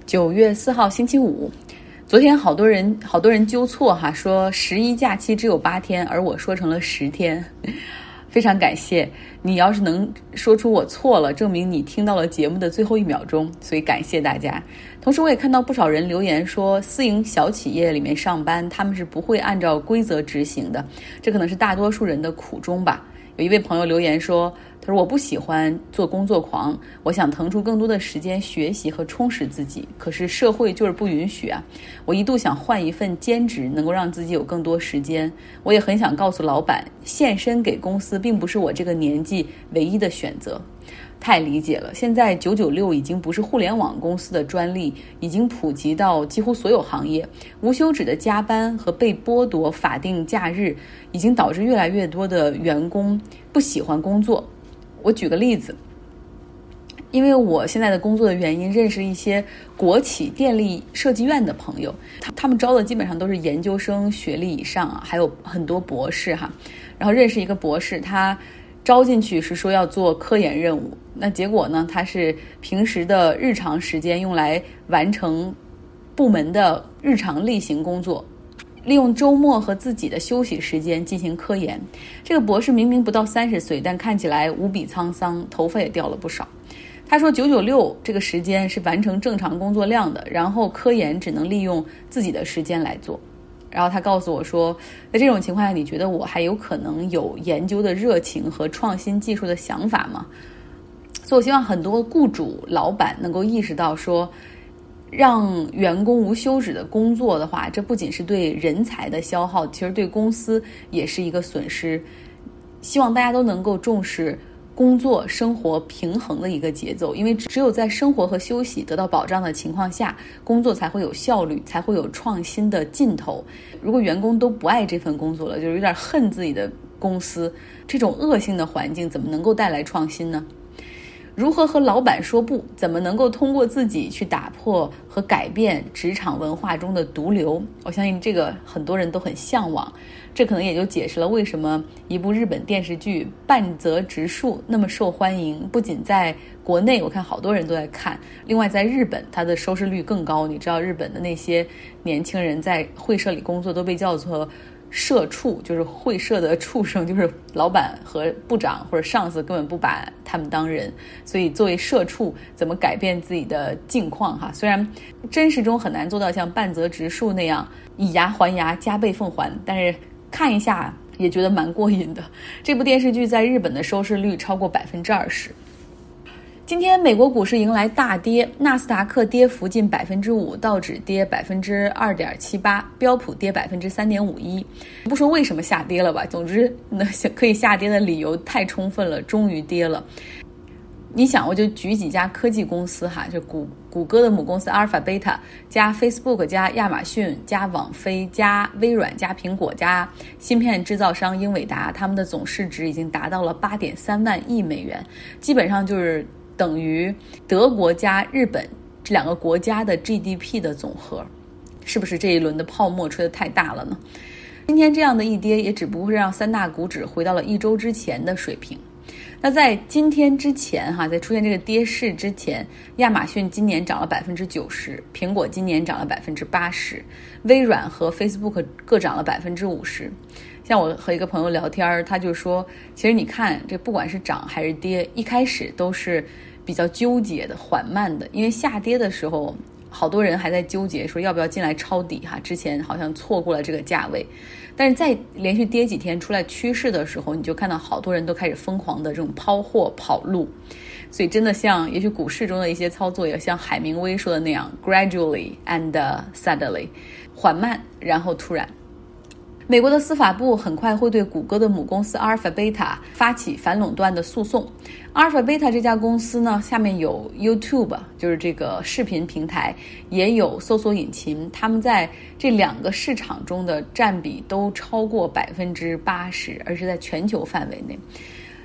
9月4号星期五，昨天好多人纠错哈，说11假期只有8天，而我说成了10天。非常感谢你，要是能说出我错了，证明你听到了节目的最后1秒钟，所以感谢大家。同时我也看到不少人留言说，私营小企业里面上班，他们是不会按照规则执行的，这可能是大多数人的苦衷吧。有一位朋友留言说，他说我不喜欢做工作狂，我想腾出更多的时间学习和充实自己，可是社会就是不允许啊。我一度想换一份兼职，能够让自己有更多时间。我也很想告诉老板，献身给公司并不是我这个年纪唯一的选择。太理解了，现在996已经不是互联网公司的专利，已经普及到几乎所有行业。无休止的加班和被剥夺法定假日，已经导致越来越多的员工不喜欢工作。我举个例子，因为我现在的工作的原因，认识一些国企电力设计院的朋友，他们招的基本上都是研究生学历以上啊，还有很多博士哈。然后认识一个博士，他招进去是说要做科研任务，那结果呢，他是平时的日常时间用来完成部门的日常例行工作，利用周末和自己的休息时间进行科研。这个博士明明不到30岁，但看起来无比沧桑，头发也掉了不少。他说996这个时间是完成正常工作量的，然后科研只能利用自己的时间来做。然后他告诉我说，在这种情况下，你觉得我还有可能有研究的热情和创新技术的想法吗？所以我希望很多雇主老板能够意识到说，让员工无休止的工作的话，这不仅是对人才的消耗，其实对公司也是一个损失。希望大家都能够重视工作生活平衡的一个节奏，因为只有在生活和休息得到保障的情况下，工作才会有效率，才会有创新的劲头。如果员工都不爱这份工作了，就是有点恨自己的公司，这种恶性的环境怎么能够带来创新呢？如何和老板说不？怎么能够通过自己去打破和改变职场文化中的毒瘤？我相信这个很多人都很向往。这可能也就解释了为什么一部日本电视剧《半泽直树》那么受欢迎，不仅在国内我看好多人都在看，另外在日本它的收视率更高。你知道日本的那些年轻人在会社里工作都被叫做社畜，就是会社的畜生，就是老板和部长或者上司根本不把他们当人。所以作为社畜怎么改变自己的境况哈？虽然真实中很难做到像半泽直树那样以牙还牙加倍奉还，但是看一下也觉得蛮过瘾的。这部电视剧在日本的收视率超过20%。今天美国股市迎来大跌，纳斯达克跌幅近5%，道指跌2.78%，标普跌3.51%。不说为什么下跌了吧，总之可以下跌的理由太充分了，终于跌了。你想，我就举几家科技公司哈，就谷歌的母公司阿尔法贝塔加 Facebook 加亚马逊加网飞加微软加苹果加芯片制造商英伟达，他们的总市值已经达到了8.3万亿美元，基本上就是等于德国加日本这2个国家的 GDP 的总和。是不是这一轮的泡沫吹得太大了呢？今天这样的一跌也只不过是让3大股指回到了1周之前的水平。那在今天之前哈，在出现这个跌势之前，亚马逊今年涨了90%，苹果今年涨了80%，微软和 Facebook 各涨了50%。像我和一个朋友聊天，他就说，其实你看这不管是涨还是跌，一开始都是比较纠结的、缓慢的，因为下跌的时候好多人还在纠结说要不要进来抄底哈，之前好像错过了这个价位。但是在连续跌几天出来趋势的时候，你就看到好多人都开始疯狂的这种抛货跑路。所以真的像也许股市中的一些操作，也像海明威说的那样 gradually and suddenly， 缓慢然后突然。美国的司法部很快会对谷歌的母公司阿尔法贝塔发起反垄断的诉讼。阿尔法贝塔这家公司呢，下面有 YouTube， 就是这个视频平台，也有搜索引擎，他们在这2个市场中的占比都超过80%，而是在全球范围内。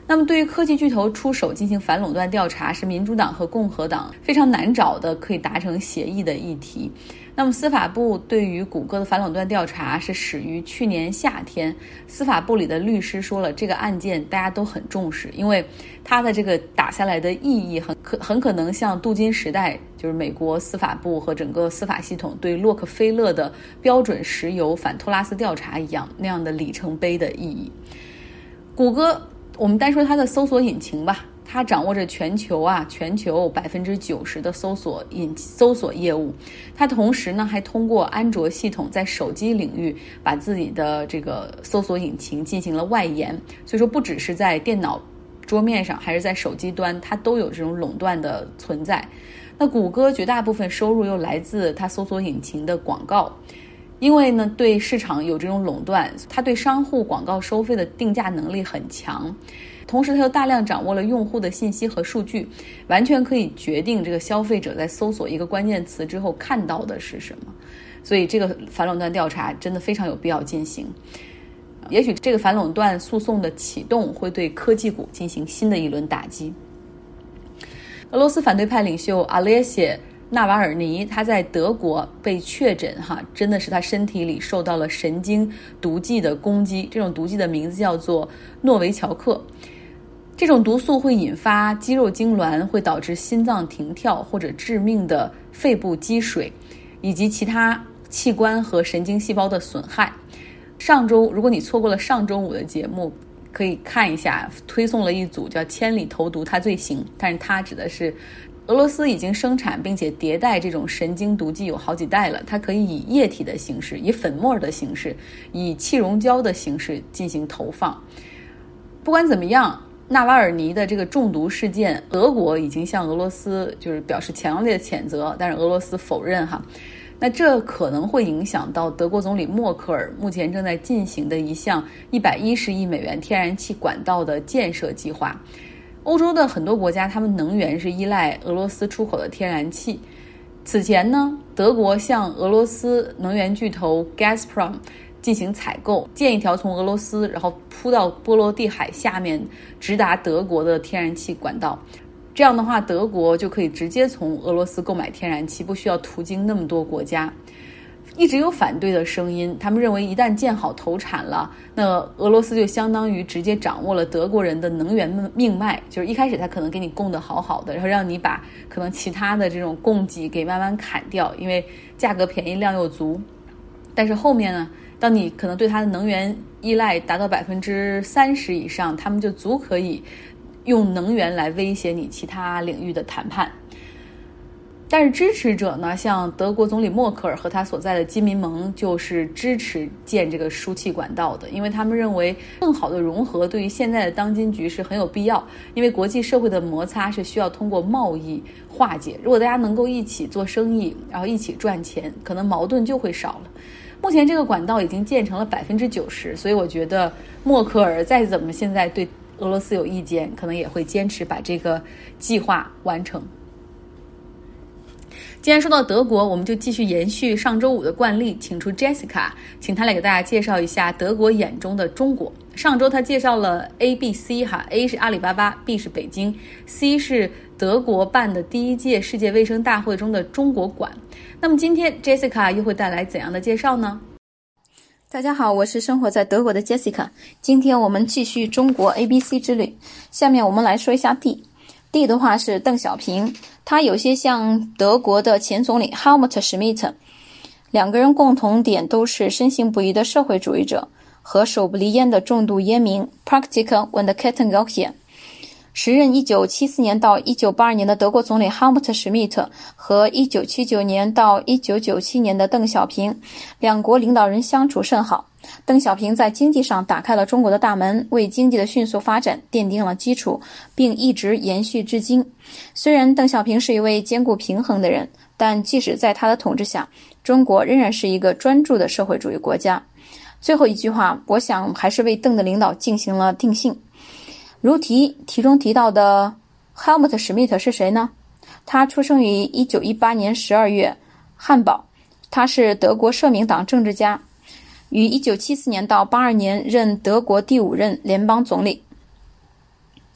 那么对于科技巨头出手进行反垄断调查，是民主党和共和党非常难找的可以达成协议的议题。那么司法部对于谷歌的反垄断调查是始于去年夏天，司法部里的律师说了，这个案件大家都很重视，因为它的这个打下来的意义很可能像镀金时代，就是美国司法部和整个司法系统对洛克菲勒的标准石油反托拉斯调查一样，那样的里程碑的意义。谷歌，我们单说它的搜索引擎吧，它掌握着全球90%的搜索业务。它同时呢，还通过安卓系统在手机领域把自己的这个搜索引擎进行了外延。所以说，不只是在电脑桌面上，还是在手机端，它都有这种垄断的存在。那谷歌绝大部分收入又来自它搜索引擎的广告。因为呢，对市场有这种垄断，它对商户广告收费的定价能力很强，同时它又大量掌握了用户的信息和数据，完全可以决定这个消费者在搜索一个关键词之后看到的是什么。所以这个反垄断调查真的非常有必要进行。也许这个反垄断诉讼的启动会对科技股进行新的一轮打击。俄罗斯反对派领袖阿列谢纳瓦尔尼，他在德国被确诊真的是他身体里受到了神经毒剂的攻击，这种毒剂的名字叫做诺维乔克。这种毒素会引发肌肉痉挛，会导致心脏停跳或者致命的肺部积水，以及其他器官和神经细胞的损害。上周，如果你错过了上周五的节目，可以看一下，推送了一组叫千里投毒他罪行，但是它指的是俄罗斯已经生产并且迭代这种神经毒剂有好几代了，它可以以液体的形式、以粉末的形式、以气溶胶的形式进行投放。不管怎么样，纳瓦尔尼的这个中毒事件，俄国已经向俄罗斯就是表示强烈的谴责，但是俄罗斯否认那这可能会影响到德国总理默克尔目前正在进行的一项110亿美元天然气管道的建设计划。欧洲的很多国家，他们能源是依赖俄罗斯出口的天然气。此前呢，德国向俄罗斯能源巨头 Gazprom 进行采购，建一条从俄罗斯然后铺到波罗的海下面直达德国的天然气管道。这样的话，德国就可以直接从俄罗斯购买天然气，不需要途经那么多国家。一直有反对的声音，他们认为一旦建好投产了，那俄罗斯就相当于直接掌握了德国人的能源命脉，就是一开始他可能给你供得好好的，然后让你把可能其他的这种供给给慢慢砍掉，因为价格便宜量又足。但是后面呢，当你可能对它的能源依赖达到30%以上，他们就足可以用能源来威胁你其他领域的谈判。但是支持者呢，像德国总理默克尔和他所在的基民盟就是支持建这个输气管道的，因为他们认为更好的融合对于现在的当今局势很有必要，因为国际社会的摩擦是需要通过贸易化解，如果大家能够一起做生意，然后一起赚钱，可能矛盾就会少了。目前这个管道已经建成了90%，所以我觉得默克尔再怎么现在对俄罗斯有意见，可能也会坚持把这个计划完成。既然说到德国，我们就继续延续上周五的惯例，请出 Jessica， 请她来给大家介绍一下德国眼中的中国。上周她介绍了 ABC，A 是阿里巴巴， B 是北京， C 是德国办的第一届世界卫生大会中的中国馆。那么今天 Jessica 又会带来怎样的介绍呢？ 大家好，我是生活在德国的 Jessica。 今天我们继续中国 ABC 之旅。下面我们来说一下 D 的话是邓小平，他有些像德国的前总理 Helmut Schmidt， 两个人共同点都是深信不疑的社会主义者和手不离烟的重度烟民 Praktiker und Kettenraucher。时任1974年到1982年的德国总理 Helmut Schmidt 和1979年到1997年的邓小平，两国领导人相处甚好。邓小平在经济上打开了中国的大门，为经济的迅速发展奠定了基础，并一直延续至今。虽然邓小平是一位兼顾平衡的人，但即使在他的统治下，中国仍然是一个专注的社会主义国家。最后一句话，我想还是为邓的领导进行了定性。如题中提到的 Helmut Schmidt 是谁呢？他出生于1918年12月汉堡，他是德国社民党政治家，于1974年到82年任德国第5任联邦总理。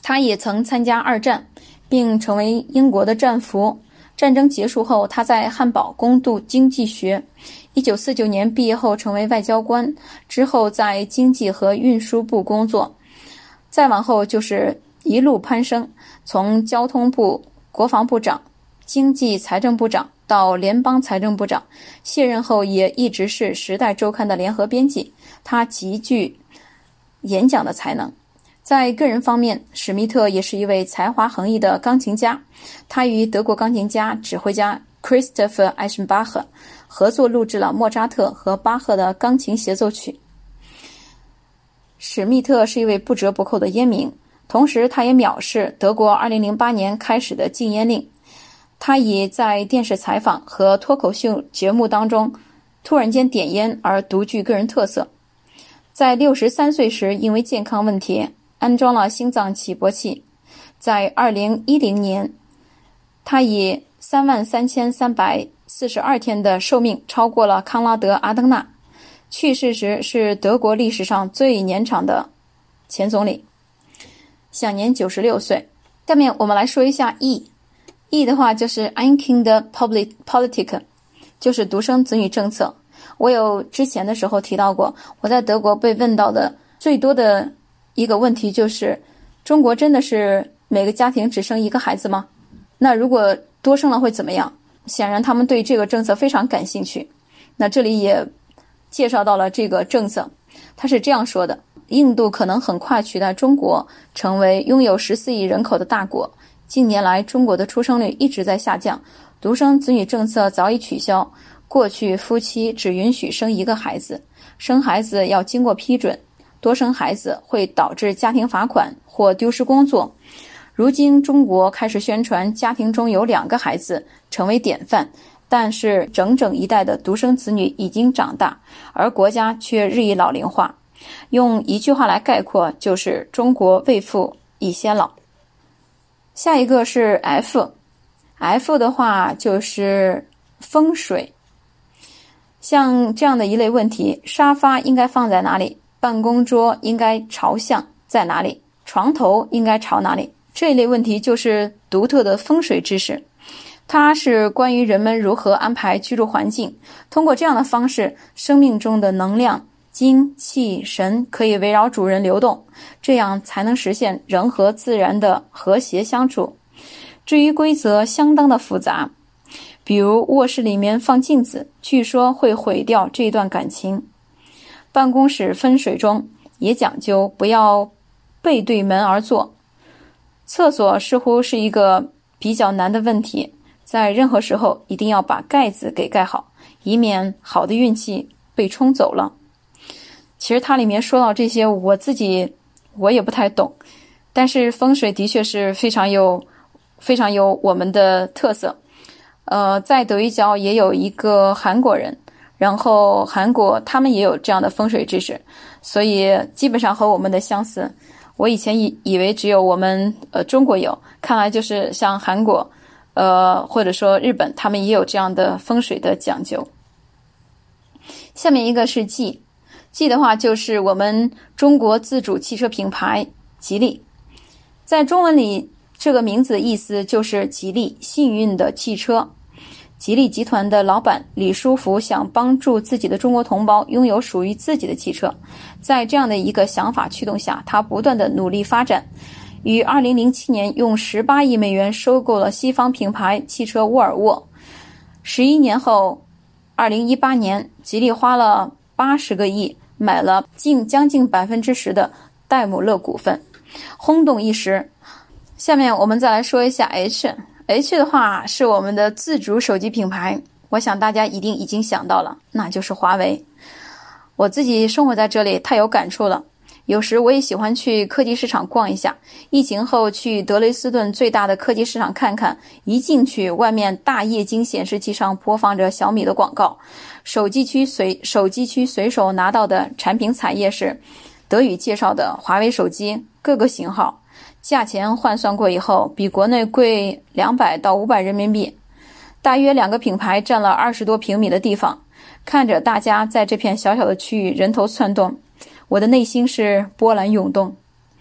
他也曾参加二战，并成为英国的战俘。战争结束后，他在汉堡攻读经济学。1949年毕业后成为外交官，之后在经济和运输部工作。再往后就是一路攀升，从交通部、国防部长、经济财政部长到联邦财政部长，卸任后也一直是《时代周刊》的联合编辑。他极具演讲的才能。在个人方面，史密特也是一位才华横溢的钢琴家。他与德国钢琴家、指挥家 Christoph Eschenbach 合作录制了莫扎特和巴赫的钢琴协奏曲。史密特是一位不折不扣的烟民，同时他也藐视德国2008年开始的禁烟令。他以在电视采访和脱口秀节目当中突然间点烟而独具个人特色。在63岁时，因为健康问题安装了心脏起搏器。在2010年，他以33342天的寿命超过了康拉德·阿登纳，去世时是德国历史上最年长的前总理，享年96岁。下面我们来说一下 E 的话就是 Einkind Politik， 就是独生子女政策。我有之前的时候提到过，我在德国被问到的最多的一个问题就是，中国真的是每个家庭只生一个孩子吗？那如果多生了会怎么样？显然他们对这个政策非常感兴趣。那这里也介绍到了这个政策，他是这样说的：印度可能很快取代中国成为拥有14亿人口的大国。近年来中国的出生率一直在下降，独生子女政策早已取消。过去夫妻只允许生一个孩子，生孩子要经过批准，多生孩子会导致家庭罚款或丢失工作。如今中国开始宣传家庭中有2个孩子成为典范，但是整整一代的独生子女已经长大，而国家却日益老龄化。用一句话来概括，就是中国未富已先老。下一个是 F 的话就是风水。像这样的一类问题，沙发应该放在哪里？办公桌应该朝向在哪里？床头应该朝哪里？这一类问题就是独特的风水知识，它是关于人们如何安排居住环境。通过这样的方式，生命中的能量、精气神可以围绕主人流动，这样才能实现人和自然的和谐相处。至于规则相当的复杂，比如卧室里面放镜子，据说会毁掉这段感情。办公室风水中也讲究不要背对门而坐。厕所似乎是一个比较难的问题，在任何时候一定要把盖子给盖好，以免好的运气被冲走了。其实它里面说到这些，我也不太懂，但是风水的确是非常有我们的特色。在德语角也有一个韩国人，然后韩国他们也有这样的风水知识，所以基本上和我们的相似。我以前以为只有我们中国有，看来就是像韩国或者说日本，他们也有这样的风水的讲究。下面一个是G的话就是我们中国自主汽车品牌吉利。在中文里，这个名字的意思就是吉利，幸运的汽车。吉利集团的老板李书福想帮助自己的中国同胞拥有属于自己的汽车，在这样的一个想法驱动下，他不断的努力发展，于2007年用18亿美元收购了西方品牌汽车沃尔沃。11年后，2018年，吉利花了80个亿买了将近 10% 的戴姆勒股份，轰动一时。下面我们再来说一下 H 的话是我们的自主手机品牌，我想大家一定已经想到了，那就是华为。我自己生活在这里太有感触了，有时我也喜欢去科技市场逛一下。疫情后去德累斯顿最大的科技市场看看，一进去外面大液晶显示器上播放着小米的广告，手机区随手拿到的产品彩页是德语介绍的华为手机各个型号，价钱换算过以后比国内贵200到500人民币，大约2个品牌占了20多平米的地方。看着大家在这片小小的区域人头窜动，我的内心是波澜涌动。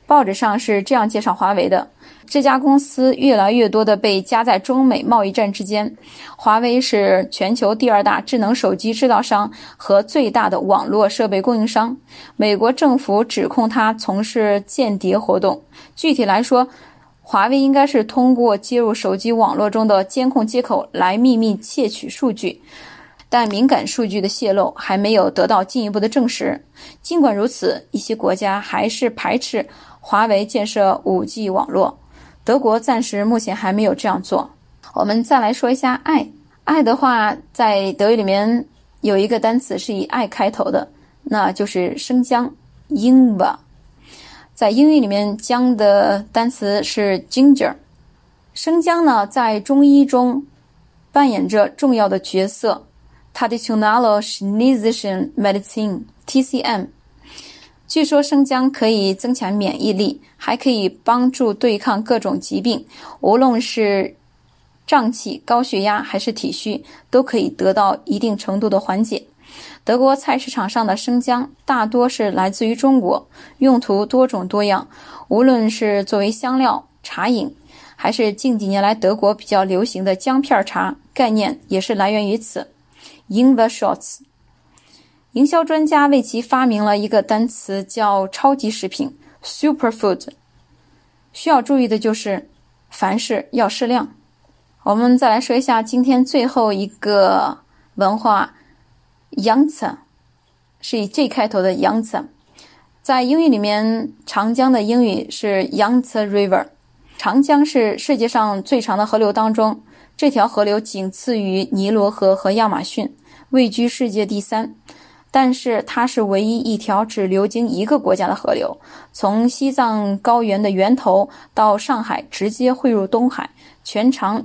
报纸上是这样介绍华为的：这家公司越来越多地被夹在中美贸易战之间。华为是全球第2大智能手机制造商和最大的网络设备供应商。美国政府指控它从事间谍活动。具体来说，华为应该是通过接入手机网络中的监控接口来秘密窃取数据，但敏感数据的泄露还没有得到进一步的证实。尽管如此，一些国家还是排斥华为建设 5G 网络。德国暂时目前还没有这样做。我们再来说一下爱。爱的话，在德语里面有一个单词是以爱开头的，那就是生姜 Ingwer。在英语里面，姜的单词是 ginger。生姜呢，在中医中扮演着重要的角色。Traditionelle chinesische Medizin (TCM)。据说生姜可以增强免疫力，还可以帮助对抗各种疾病，无论是胀气、高血压还是体虚，都可以得到一定程度的缓解。德国菜市场上的生姜大多是来自于中国，用途多种多样，无论是作为香料、茶饮，还是近几年来德国比较流行的姜片茶，概念也是来源于此。Ingwer-Shots。营销专家为其发明了一个单词叫超级食品 superfood。 需要注意的就是凡事要适量。我们再来说一下今天最后一个文化 Yangtze， 是以 J 开头的 Yangtze。 在英语里面，长江的英语是 Yangtze River。 长江是世界上最长的河流当中，这条河流仅次于尼罗河和亚马逊，位居世界第3。但是它是唯一一条只流经一个国家的河流，从西藏高原的源头到上海直接汇入东海，全长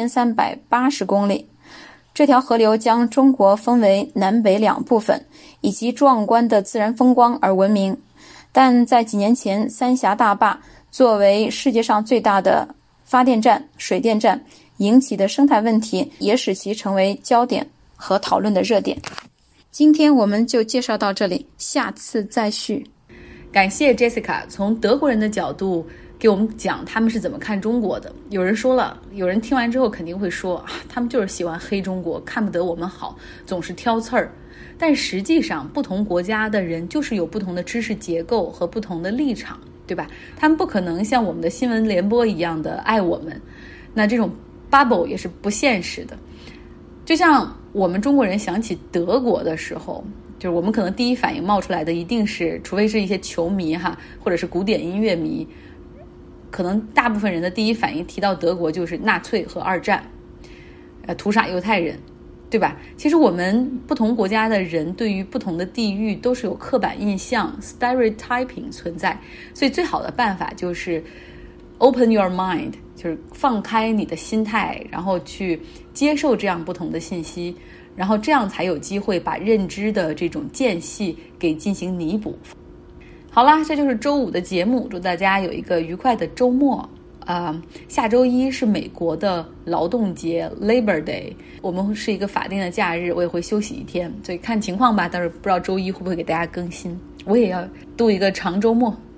6380公里。这条河流将中国分为南北2部分，以其壮观的自然风光而闻名。但在几年前，三峡大坝作为世界上最大的发电站、水电站引起的生态问题，也使其成为焦点和讨论的热点。今天我们就介绍到这里，下次再续。 感谢 Jessica 从德国人的角度给我们讲他们是怎么看中国的。有人说了，有人听完之后肯定会说，他们就是喜欢黑中国，看不得我们好，总是挑刺儿。但实际上不同国家的人就是有不同的知识结构和不同的立场，对吧？他们不可能像我们的新闻联播一样的爱我们，那这种 bubble 也是不现实的。就像我们中国人想起德国的时候，就是我们可能第一反应冒出来的一定是，除非是一些球迷或者是古典音乐迷，可能大部分人的第一反应提到德国就是纳粹和二战，屠杀犹太人，对吧？其实我们不同国家的人对于不同的地域都是有刻板印象 stereotyping 存在，所以最好的办法就是Open your mind， 就是放开你的心态，然后去接受这样不同的信息，然后这样才有机会把认知的这种间隙给进行弥补。好啦，这就是周5的节目，祝大家有一个愉快的周末。下周1是美国的劳动节 Labor Day， 我们是一个法定的假日，我也会休息1天，所以看情况吧，但是不知道周1会不会给大家更新，我也要度一个长周末。